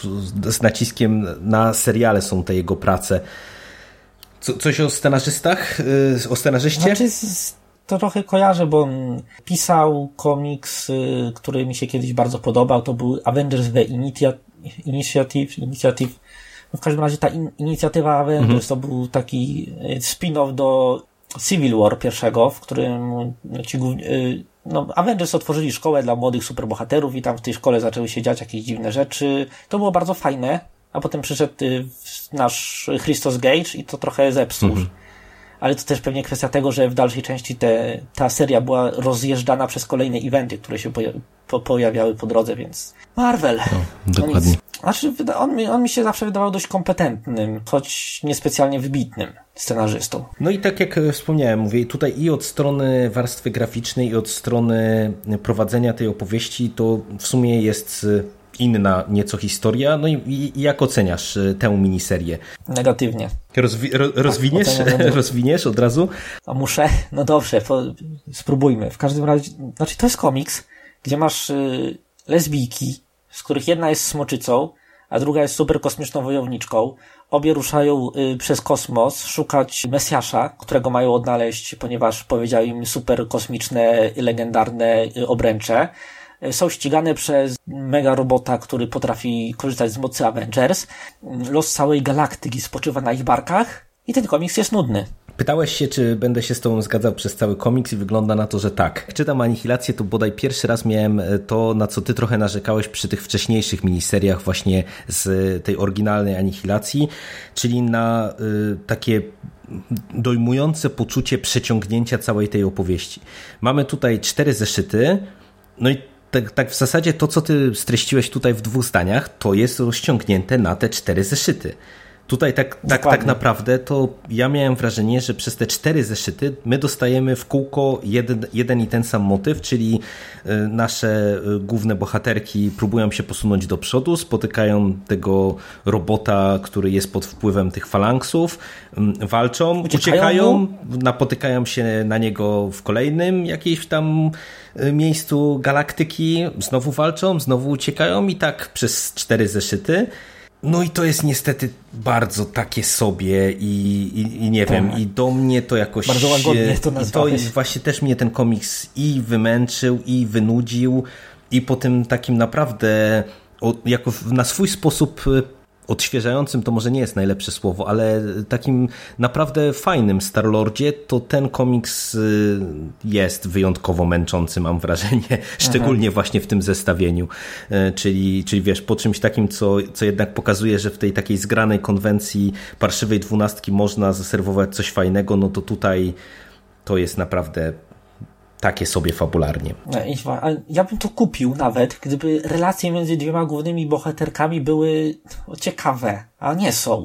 z naciskiem na seriale są te jego prace. Co, coś o scenarzystach? O scenarzyście? Znaczy, to trochę kojarzę, bo on pisał komiks, który mi się kiedyś bardzo podobał. To był Avengers The Initiative. Initiative. W każdym razie ta in, inicjatywa Avengers mhm. to był taki spin-off do Civil War pierwszego, w którym ci, no, Avengers otworzyli szkołę dla młodych superbohaterów i tam w tej szkole zaczęły się dziać jakieś dziwne rzeczy. To było bardzo fajne, a potem przyszedł nasz Christos Gage i to trochę zepsuł. Mhm. Ale to też pewnie kwestia tego, że w dalszej części te, ta seria była rozjeżdżana przez kolejne eventy, które się poja- po, pojawiały po drodze, więc Marvel. No, dokładnie. No nic, znaczy, on mi, on mi się zawsze wydawał dość kompetentnym, choć niespecjalnie wybitnym scenarzystą. No i tak jak wspomniałem, mówię, tutaj i od strony warstwy graficznej, i od strony prowadzenia tej opowieści, to w sumie jest inna nieco historia. No i, i jak oceniasz tę miniserię? Negatywnie. Rozwi- ro- rozwiniesz? rozwiniesz od razu? A muszę? No dobrze, po, spróbujmy. W każdym razie, znaczy to jest komiks, gdzie masz y, lesbijki, z których jedna jest smoczycą, a druga jest super kosmiczną wojowniczką. Obie ruszają y, przez kosmos szukać Mesjasza, którego mają odnaleźć, ponieważ powiedział im super kosmiczne, legendarne y, obręcze. Są ścigane przez mega robota, który potrafi korzystać z mocy Avengers. Los całej galaktyki spoczywa na ich barkach i ten komiks jest nudny. Pytałeś się, czy będę się z tobą zgadzał przez cały komiks i wygląda na to, że tak. Jak czytam Anihilację, to bodaj pierwszy raz miałem to, na co ty trochę narzekałeś przy tych wcześniejszych miniseriach właśnie z tej oryginalnej Anihilacji, czyli na y, takie dojmujące poczucie przeciągnięcia całej tej opowieści. Mamy tutaj cztery zeszyty, no i Tak, tak w zasadzie to, co ty streściłeś tutaj w dwóch zdaniach, to jest rozciągnięte na te cztery zeszyty. Tutaj tak, tak, tak naprawdę to ja miałem wrażenie, że przez te cztery zeszyty my dostajemy w kółko jeden, jeden i ten sam motyw, czyli nasze główne bohaterki próbują się posunąć do przodu, spotykają tego robota, który jest pod wpływem tych falanksów, walczą, uciekają, uciekają napotykają się na niego w kolejnym jakimś tam miejscu galaktyki, znowu walczą, znowu uciekają i tak przez cztery zeszyty. No i to jest niestety bardzo takie sobie i, i, i nie tak. wiem, i do mnie to jakoś... Bardzo łagodnie to nazwałeś. I to właśnie też mnie ten komiks i wymęczył, i wynudził, i po tym takim naprawdę jako na swój sposób odświeżającym, to może nie jest najlepsze słowo, ale takim naprawdę fajnym Star-Lordzie, to ten komiks jest wyjątkowo męczący, mam wrażenie, szczególnie Aha. właśnie w tym zestawieniu, czyli, czyli wiesz, po czymś takim, co, co jednak pokazuje, że w tej takiej zgranej konwencji parszywej dwunastki można zaserwować coś fajnego, no to tutaj to jest naprawdę takie sobie fabularnie. Ja bym to kupił nawet, gdyby relacje między dwiema głównymi bohaterkami były ciekawe, a nie są.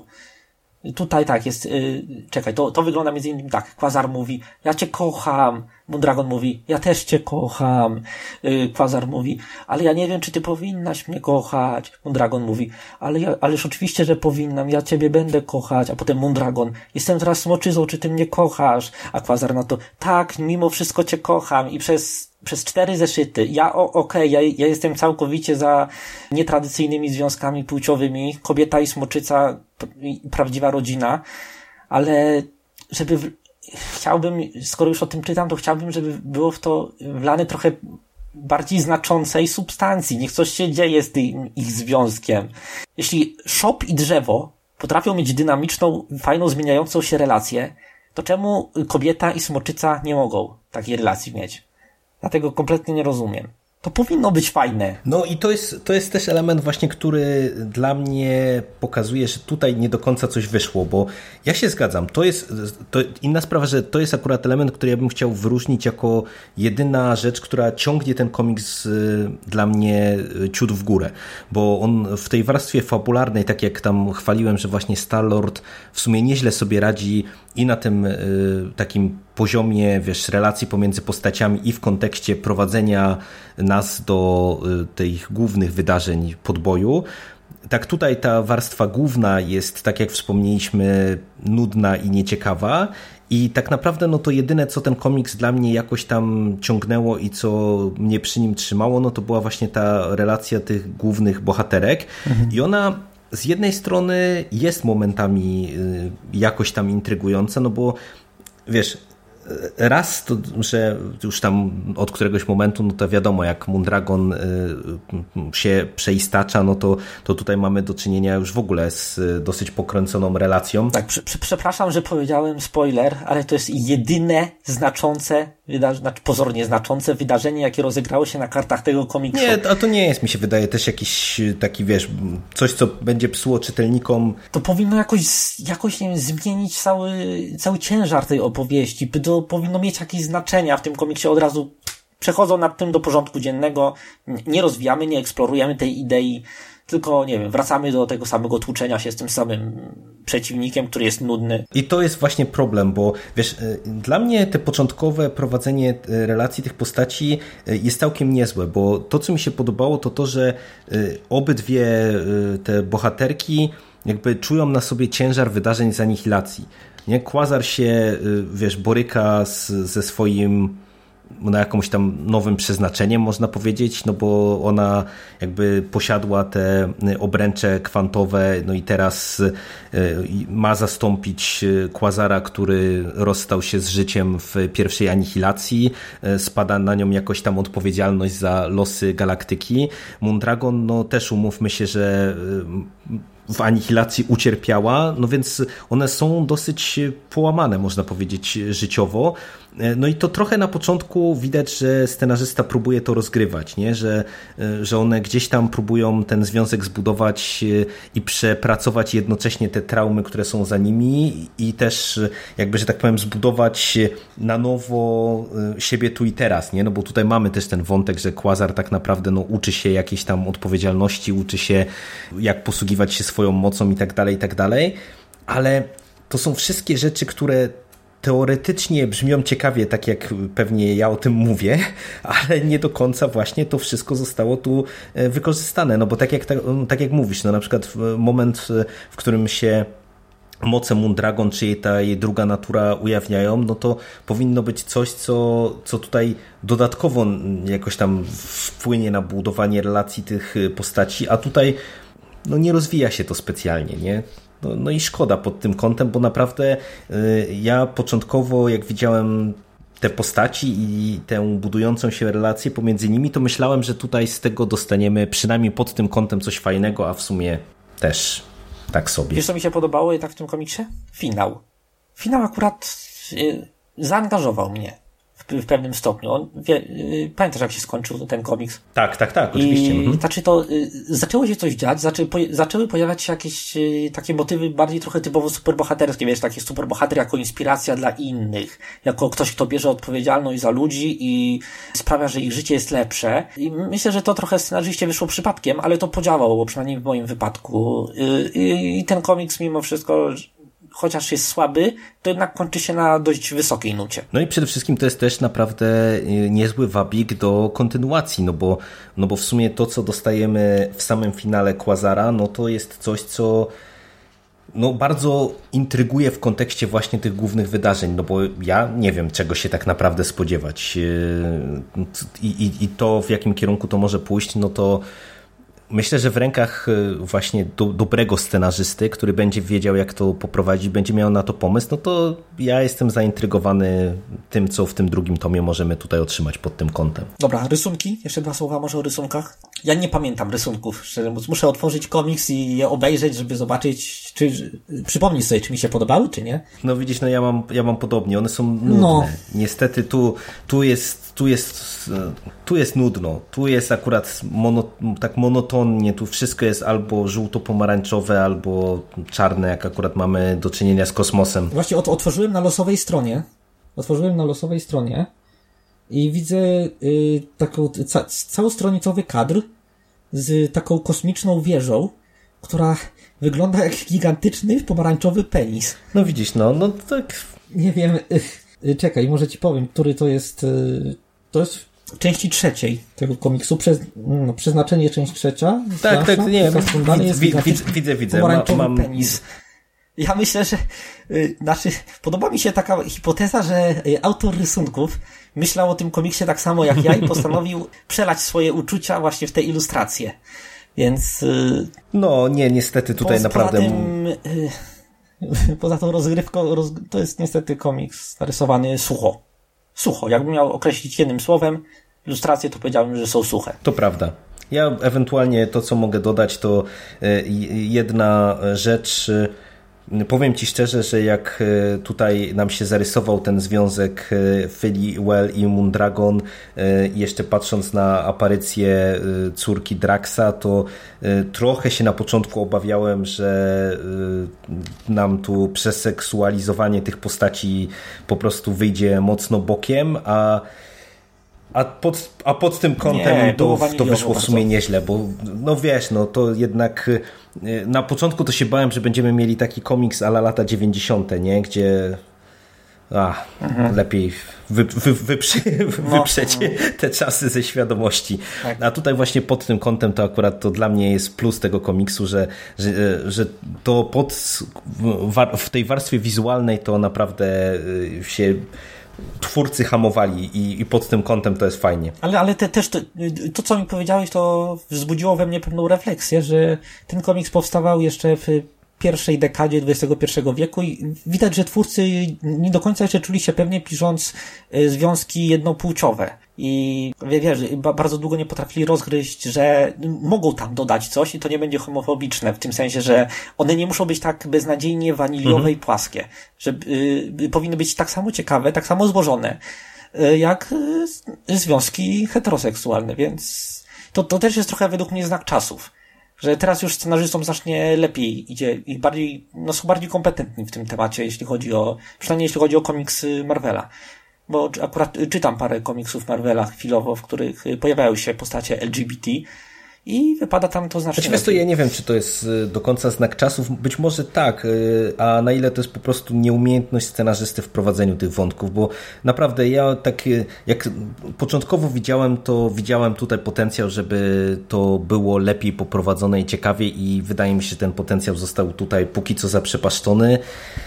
Tutaj tak jest, yy, czekaj, to, to wygląda między innymi tak. Quasar mówi, ja cię kocham. Moondragon mówi, ja też cię kocham. Yy, Quasar mówi, ale ja nie wiem, czy ty powinnaś mnie kochać. Moondragon mówi, ale ja, ależ oczywiście, że powinnam, ja ciebie będę kochać. A potem Moondragon, jestem teraz smoczyzą, czy ty mnie kochasz? A Quasar na to, tak, mimo wszystko cię kocham. I przez Przez cztery zeszyty. Ja, okej, okay, ja, ja jestem całkowicie za nietradycyjnymi związkami płciowymi. Kobieta i smoczyca, prawdziwa rodzina. Ale żeby, w... chciałbym, skoro już o tym czytam, to chciałbym, żeby było w to wlane trochę bardziej znaczącej substancji. Niech coś się dzieje z tym ich związkiem. Jeśli szop i drzewo potrafią mieć dynamiczną, fajną, zmieniającą się relację, to czemu kobieta i smoczyca nie mogą takiej relacji mieć? Ja tego kompletnie nie rozumiem. To powinno być fajne. No i to jest, to jest też element właśnie, który dla mnie pokazuje, że tutaj nie do końca coś wyszło, bo ja się zgadzam, to jest to inna sprawa, że to jest akurat element, który ja bym chciał wyróżnić jako jedyna rzecz, która ciągnie ten komiks dla mnie ciut w górę, bo on w tej warstwie fabularnej, tak jak tam chwaliłem, że właśnie Star-Lord w sumie nieźle sobie radzi i na tym takim poziomie, wiesz, relacji pomiędzy postaciami i w kontekście prowadzenia nas do tych głównych wydarzeń podboju. Tak tutaj ta warstwa główna jest, tak jak wspomnieliśmy, nudna i nieciekawa i tak naprawdę no to jedyne, co ten komiks dla mnie jakoś tam ciągnęło i co mnie przy nim trzymało, no to była właśnie ta relacja tych głównych bohaterek mhm. i ona z jednej strony jest momentami jakoś tam intrygująca, no bo wiesz, raz to, że już tam od któregoś momentu, no to wiadomo, jak Moondragon y, się przeistacza, no to, to tutaj mamy do czynienia już w ogóle z dosyć pokręconą relacją. Tak, przy, przy, przepraszam, że powiedziałem spoiler, ale to jest jedyne znaczące, wyda- znaczy pozornie znaczące wydarzenie, jakie rozegrało się na kartach tego komiksu. Nie, a to nie jest, mi się wydaje, też jakiś taki, wiesz, coś, co będzie psuło czytelnikom. To powinno jakoś, jakoś nie wiem, zmienić cały, cały ciężar tej opowieści, by to powinno mieć jakieś znaczenia w tym komiksie, od razu przechodzą nad tym do porządku dziennego, nie rozwijamy, nie eksplorujemy tej idei, tylko, nie wiem, wracamy do tego samego tłuczenia się z tym samym przeciwnikiem, który jest nudny. I to jest właśnie problem, bo wiesz, dla mnie te początkowe prowadzenie relacji tych postaci jest całkiem niezłe, bo to, co mi się podobało, to to, że obydwie te bohaterki jakby czują na sobie ciężar wydarzeń z Anihilacji. Nie? Quasar się, wiesz, boryka z, ze swoim na jakimś tam nowym przeznaczeniem, można powiedzieć, no bo ona jakby posiadła te obręcze kwantowe, no i teraz ma zastąpić Quasara, który rozstał się z życiem w pierwszej Anihilacji, spada na nią jakoś tam odpowiedzialność za losy galaktyki. Moondragon, no też umówmy się, że w Anihilacji ucierpiała, no więc one są dosyć połamane, można powiedzieć, życiowo. No i to trochę na początku widać, że scenarzysta próbuje to rozgrywać, nie? Że, że one gdzieś tam próbują ten związek zbudować i przepracować jednocześnie te traumy, które są za nimi i też jakby, że tak powiem, zbudować na nowo siebie tu i teraz, nie? No bo tutaj mamy też ten wątek, że Quasar tak naprawdę no, uczy się jakiejś tam odpowiedzialności, uczy się jak posługiwać się swoją mocą i tak dalej, i tak dalej, ale to są wszystkie rzeczy, które teoretycznie brzmią ciekawie, tak jak pewnie ja o tym mówię, ale nie do końca właśnie to wszystko zostało tu wykorzystane, no bo tak jak, tak, tak jak mówisz, no na przykład moment, w którym się moce Moondragon, czy jej ta jej druga natura ujawniają, no to powinno być coś, co, co tutaj dodatkowo jakoś tam wpłynie na budowanie relacji tych postaci, a tutaj no nie rozwija się to specjalnie, nie? No, no i szkoda pod tym kątem, bo naprawdę y, ja początkowo, jak widziałem te postaci i tę budującą się relację pomiędzy nimi, to myślałem, że tutaj z tego dostaniemy przynajmniej pod tym kątem coś fajnego, a w sumie też tak sobie. Wiesz, co mi się podobało i tak w tym komiksie? Finał. Finał akurat y, zaangażował mnie w, w pewnym stopniu. On, wie, y, pamiętasz, jak się skończył ten komiks? Tak, tak, tak, oczywiście. I, mhm. Znaczy to y, zaczęło się coś dziać, zaczę, po, zaczęły pojawiać się jakieś y, takie motywy bardziej trochę typowo superbohaterskie, wiesz, takie superbohater jako inspiracja dla innych, jako ktoś, kto bierze odpowiedzialność za ludzi i sprawia, że ich życie jest lepsze. I myślę, że to trochę scenarzyście wyszło przypadkiem, ale to podziałało, przynajmniej w moim wypadku. Y, y, I ten komiks mimo wszystko, chociaż jest słaby, to jednak kończy się na dość wysokiej nucie. No i przede wszystkim to jest też naprawdę niezły wabik do kontynuacji, no bo, no bo w sumie to, co dostajemy w samym finale Quasara, no to jest coś, co no bardzo intryguje w kontekście właśnie tych głównych wydarzeń, no bo ja nie wiem, czego się tak naprawdę spodziewać i, i, i to, w jakim kierunku to może pójść, no to myślę, że w rękach właśnie do, dobrego scenarzysty, który będzie wiedział, jak to poprowadzić, będzie miał na to pomysł, no to ja jestem zaintrygowany tym, co w tym drugim tomie możemy tutaj otrzymać pod tym kątem. Dobra, rysunki. Jeszcze dwa słowa może o rysunkach. ja nie pamiętam rysunków, szczerze mówiąc. Muszę otworzyć komiks i je obejrzeć, żeby zobaczyć, czy przypomnieć sobie, czy mi się podobały, czy nie. No widzisz, no ja mam, ja mam podobnie, one są nudne. No. Niestety tu, tu jest, tu jest, tu jest nudno. Tu jest akurat mono, tak monotonnie, tu wszystko jest albo żółto-pomarańczowe, albo czarne, jak akurat mamy do czynienia z kosmosem. Właśnie ot- otworzyłem na losowej stronie, otworzyłem na losowej stronie i widzę y, taką ca- całostronicowy kadr z taką kosmiczną wieżą, która wygląda jak gigantyczny pomarańczowy penis. No widzisz, no, no tak. Nie wiem, y, y, czekaj, może ci powiem, który to jest, y, to jest w części trzeciej tego komiksu, Prze- no, przeznaczenie część trzecia. Tak, tak, nie, dalej jest widzę, widzę, widzę, widzę. Pomarańczowy mam... penis. Ja myślę, że y, znaczy, podoba mi się taka hipoteza, że y, autor rysunków myślał o tym komiksie tak samo jak ja i postanowił przelać swoje uczucia właśnie w te ilustracje. Więc... Y, no nie, niestety tutaj po, naprawdę... Poza tym, y, poza tą rozgrywką, roz, to jest niestety komiks narysowany sucho. Sucho. Jakbym miał określić jednym słowem ilustracje, to powiedziałbym, że są suche. To prawda. Ja ewentualnie to, co mogę dodać, to y, jedna rzecz... Y, Powiem Ci szczerze, że jak tutaj nam się zarysował ten związek Philly Well i Moondragon, jeszcze patrząc na aparycję córki Draxa, to trochę się na początku obawiałem, że nam tu przeseksualizowanie tych postaci po prostu wyjdzie mocno bokiem, a A pod, a pod tym kątem nie, to, to wyszło w sumie bardzo. Nieźle, bo no wiesz, no to jednak na początku to się bałem, że będziemy mieli taki komiks a la lata dziewięćdziesiąte, nie? Gdzie a, mhm. lepiej wy, wy, wyprze, no. wyprzeć te czasy ze świadomości. Tak. A tutaj właśnie pod tym kątem to akurat to dla mnie jest plus tego komiksu, że, że, że to pod, w tej warstwie wizualnej to naprawdę się twórcy hamowali i, i pod tym kątem to jest fajnie. Ale, ale te, też to, to, co mi powiedziałeś, to wzbudziło we mnie pewną refleksję, że ten komiks powstawał jeszcze w pierwszej dekadzie dwudziestego pierwszego wieku i widać, że twórcy nie do końca jeszcze czuli się pewnie, pisząc związki jednopłciowe. I wiesz, bardzo długo nie potrafili rozgryźć, że mogą tam dodać coś i to nie będzie homofobiczne, w tym sensie, że one nie muszą być tak beznadziejnie waniliowe mhm. i płaskie, że y, powinny być tak samo ciekawe, tak samo złożone, y, jak y, związki heteroseksualne, więc to, to też jest trochę według mnie znak czasów, że teraz już scenarzystom znacznie lepiej idzie i bardziej, no są bardziej kompetentni w tym temacie, jeśli chodzi o, przynajmniej jeśli chodzi o komiksy Marvela. Bo akurat czytam parę komiksów Marvela chwilowo, w których pojawiają się postacie L G B T i wypada tam to znacznie lepiej. To ja nie wiem, czy to jest do końca znak czasów. Być może tak, a na ile to jest po prostu nieumiejętność scenarzysty w prowadzeniu tych wątków, bo naprawdę ja tak jak początkowo widziałem, to widziałem tutaj potencjał, żeby to było lepiej poprowadzone i ciekawie i wydaje mi się, że ten potencjał został tutaj póki co zaprzepaszczony,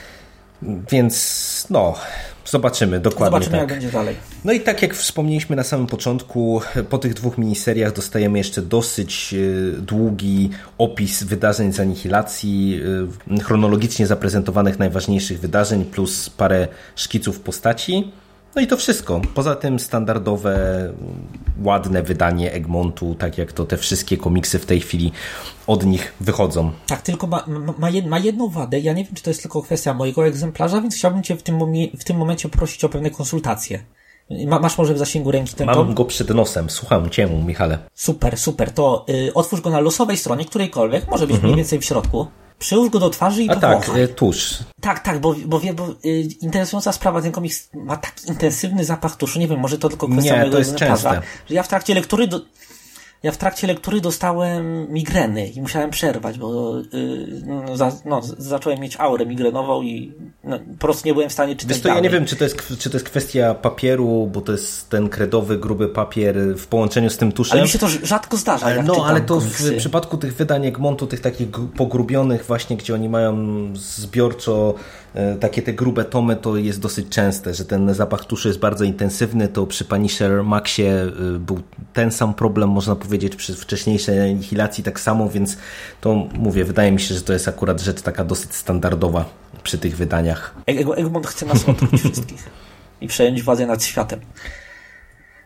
więc no... Zobaczymy, dokładnie Zobaczymy, tak. jak będzie dalej. No i tak jak wspomnieliśmy na samym początku, po tych dwóch miniseriach dostajemy jeszcze dosyć długi opis wydarzeń z Anihilacji, chronologicznie zaprezentowanych najważniejszych wydarzeń, plus parę szkiców postaci. No i to wszystko. Poza tym standardowe, ładne wydanie Egmontu, tak jak to te wszystkie komiksy w tej chwili od nich wychodzą. Tak, tylko ma, ma, ma jedną wadę. Ja nie wiem, czy to jest tylko kwestia mojego egzemplarza, więc chciałbym Cię w tym, momie, w tym momencie prosić o pewne konsultacje. Ma, masz może w zasięgu ręki ten Mam tom? go przed nosem. Słucham Cię, Michale. Super, super. To y, otwórz go na losowej stronie, którejkolwiek, może być mhm. mniej więcej w środku. Przyłóż go do twarzy i A powąchaj. tak, y, tusz. Tak, tak, bo, bo wiem, bo y, interesująca sprawa, ten komiks ma taki intensywny zapach tuszu. Nie wiem, może to tylko kwestia Nie, mojego to jest egzemplarza, częste. że ja w trakcie lektury do, ja w trakcie lektury dostałem migreny i musiałem przerwać, bo yy, no, za, no, zacząłem mieć aurę migrenową i no, po prostu nie byłem w stanie czytać. Wiesz to, ja nie wiem, czy to, jest, czy to jest kwestia papieru, bo to jest ten kredowy, gruby papier w połączeniu z tym tuszem. Ale mi się to rzadko zdarza. Jak no, ale to komiksy. w przypadku tych wydań Egmontu, tych takich pogrubionych właśnie, gdzie oni mają zbiorczo takie te grube tomy, to jest dosyć częste, że ten zapach tuszy jest bardzo intensywny. To przy Punisher Maxie był ten sam problem, można powiedzieć, przy wcześniejszej Anihilacji tak samo, więc to mówię, wydaje mi się, że to jest akurat rzecz taka dosyć standardowa przy tych wydaniach. Egmont chce nas odkryć wszystkich i przejąć władzę nad światem.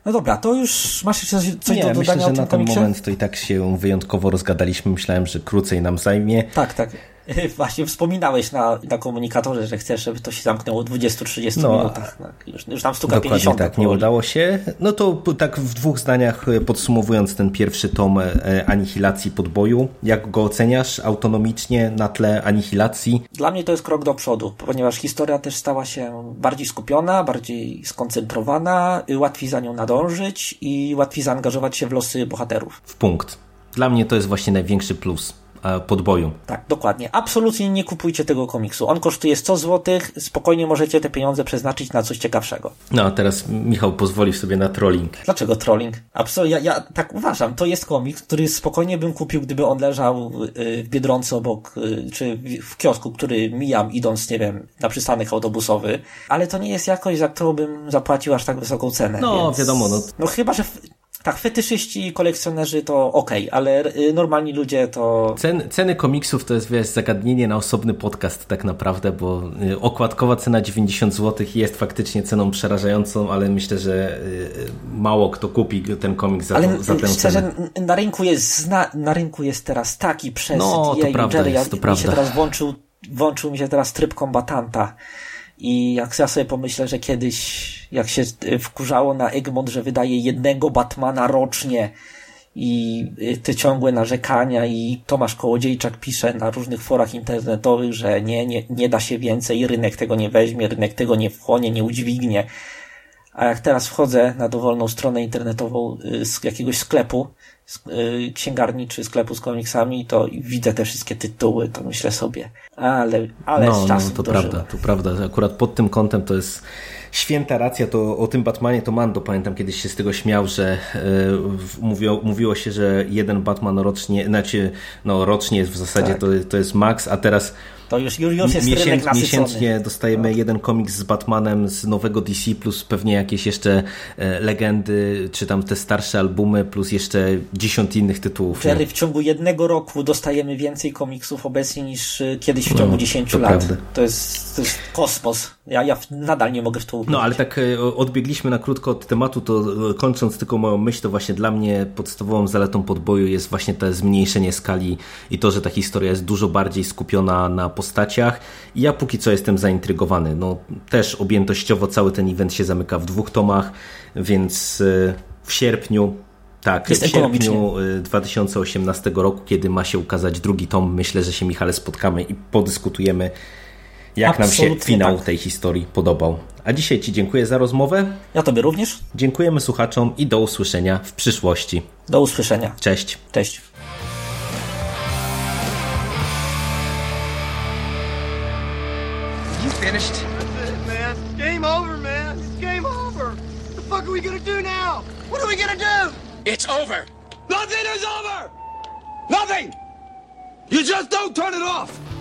No dobra, to już masz jeszcze coś, coś Nie, do dodania myślę, że o tym na ten komiksie? moment to i tak się wyjątkowo rozgadaliśmy. Myślałem, że krócej nam zajmie. Tak, tak. Właśnie wspominałeś na, na komunikatorze, że chcesz, żeby to się zamknęło w dwudziestu do trzydziestu No, minutach. No, już, już tam stuka Dokładnie pięćdziesiąt. tak, nie udało się. No to tak w dwóch zdaniach podsumowując ten pierwszy tom Anihilacji Podboju. Jak go oceniasz autonomicznie na tle Anihilacji? Dla mnie to jest krok do przodu, ponieważ historia też stała się bardziej skupiona, bardziej skoncentrowana, łatwiej za nią nadążyć i łatwiej zaangażować się w losy bohaterów. W punkt. Dla mnie to jest właśnie największy plus Podboju. Tak, dokładnie. Absolutnie nie kupujcie tego komiksu. On kosztuje sto złotych, spokojnie możecie te pieniądze przeznaczyć na coś ciekawszego. No a teraz Michał pozwoli sobie na trolling. Dlaczego trolling? Absolutnie, ja, ja tak uważam. To jest komiks, który spokojnie bym kupił, gdyby on leżał w Biedronce obok, czy w kiosku, który mijam idąc, nie wiem, na przystanek autobusowy, ale to nie jest jakość, za którą bym zapłacił aż tak wysoką cenę. No, więc... wiadomo, no. No chyba, że... Tak, fetyszyści i kolekcjonerzy to okej, okay, ale normalni ludzie to... Cen, ceny komiksów to jest, wiesz, zagadnienie na osobny podcast tak naprawdę, bo okładkowa cena dziewięćdziesiąt złotych jest faktycznie ceną przerażającą, ale myślę, że mało kto kupi ten komiks za, ale za tę szczerze, cenę. Na rynku jest zna, na rynku jest teraz taki przesyt. No, to prawda Jerry, jest, to mi prawda. się teraz włączył, włączył mi się teraz tryb kombatanta. I jak ja sobie pomyślę, że kiedyś, jak się wkurzało na Egmont, że wydaje jednego Batmana rocznie i te ciągłe narzekania i Tomasz Kołodziejczak pisze na różnych forach internetowych, że nie, nie, nie da się więcej, rynek tego nie weźmie, rynek tego nie wchłonie, nie udźwignie. A jak teraz wchodzę na dowolną stronę internetową z jakiegoś sklepu, księgarni czy sklepu z komiksami, to widzę te wszystkie tytuły, to myślę sobie, ale, ale no, z czasem no, to dożyłem. prawda, to prawda. Akurat pod tym kątem to jest święta racja. To o tym Batmanie to Mando, pamiętam, kiedyś się z tego śmiał, że yy, mówiło, mówiło się, że jeden Batman rocznie, znaczy no rocznie jest w zasadzie, tak. to, to jest maks, a teraz to już, już jest Miesięc, rynek nasycony. Miesięcznie dostajemy no. jeden komiks z Batmanem z nowego D C, plus pewnie jakieś jeszcze e, legendy, czy tam te starsze albumy, plus jeszcze dziesiąt innych tytułów. Jerry, w ciągu jednego roku dostajemy więcej komiksów obecnie niż kiedyś w ciągu no, dziesięciu to lat. Prawda. To jest, to jest kosmos. Ja, ja nadal nie mogę w to uwierzyć. No ale tak e, odbiegliśmy na krótko od tematu, to e, kończąc tylko moją myśl, to właśnie dla mnie podstawową zaletą Podboju jest właśnie to zmniejszenie skali i to, że ta historia jest dużo bardziej skupiona na postaciach i ja póki co jestem zaintrygowany. No też objętościowo cały ten event się zamyka w dwóch tomach, więc e, w sierpniu Tak, jest w sierpniu dwa tysiące osiemnastego roku, kiedy ma się ukazać drugi tom, myślę, że się, Michale, spotkamy i podyskutujemy, jak Absolutnie nam się finał tak. tej historii podobał. A dzisiaj Ci dziękuję za rozmowę. Ja Tobie również. Dziękujemy słuchaczom i do usłyszenia w przyszłości. Do usłyszenia. Cześć. Cześć. You finished? That's it, man. It's game over, man. It's game over. What the fuck are we gonna do now? What are we gonna do? It's over. Nothing is over! Nothing! You just don't turn it off!